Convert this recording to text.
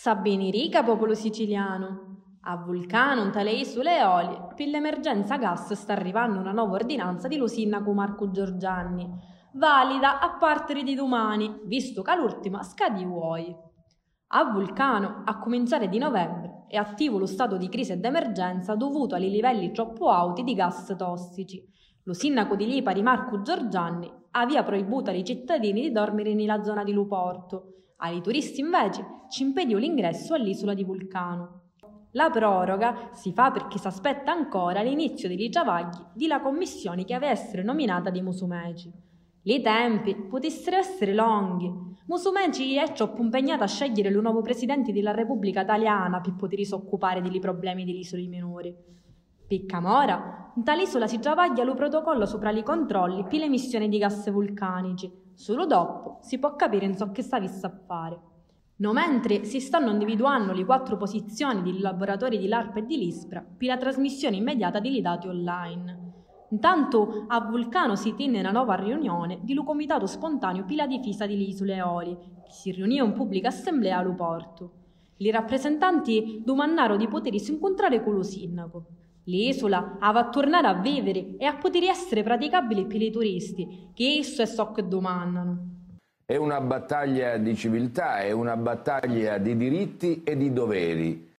Sabini rica popolo siciliano. A Vulcano, tale isole Eoli, per l'emergenza gas sta arrivando una nuova ordinanza di lo sindaco Marco Giorgianni, valida a partire di domani, visto che l'ultima scadi vuoi. A Vulcano, a cominciare di novembre, è attivo lo stato di crisi ed emergenza dovuto ai livelli troppo alti di gas tossici. Lo sindaco di Lipari Marco Giorgianni aveva proibito ai cittadini di dormire nella zona di Luporto. Ai turisti invece ci impediva l'ingresso all'isola di Vulcano. La proroga si fa perché si aspetta ancora l'inizio degli giavagli della commissione che aveva essere nominata di Musumeci. I tempi potessero essere lunghi. Musumeci è troppo impegnato a scegliere il nuovo presidente della Repubblica Italiana per potersi occupare dei problemi delle isole minori. Per Camora, in tale isola si giavaglia lo protocollo sopra i controlli per l'emissione di gas vulcanici. Solo dopo si può capire in ciò che sta vista a fare. No, mentre si stanno individuando le 4 posizioni dei laboratori di LARP e di l'ISPRA per la trasmissione immediata dei dati online. Intanto a Vulcano si tiene una nuova riunione di un comitato spontaneo per la difesa delle isole Eoli, che si riunì in pubblica assemblea a Luporto. I rappresentanti domandarono di potersi incontrare con lo sindaco. L'isola va a tornare a vivere e a poter essere praticabile per i turisti, che esso è ciò che domandano. È una battaglia di civiltà, è una battaglia di diritti e di doveri.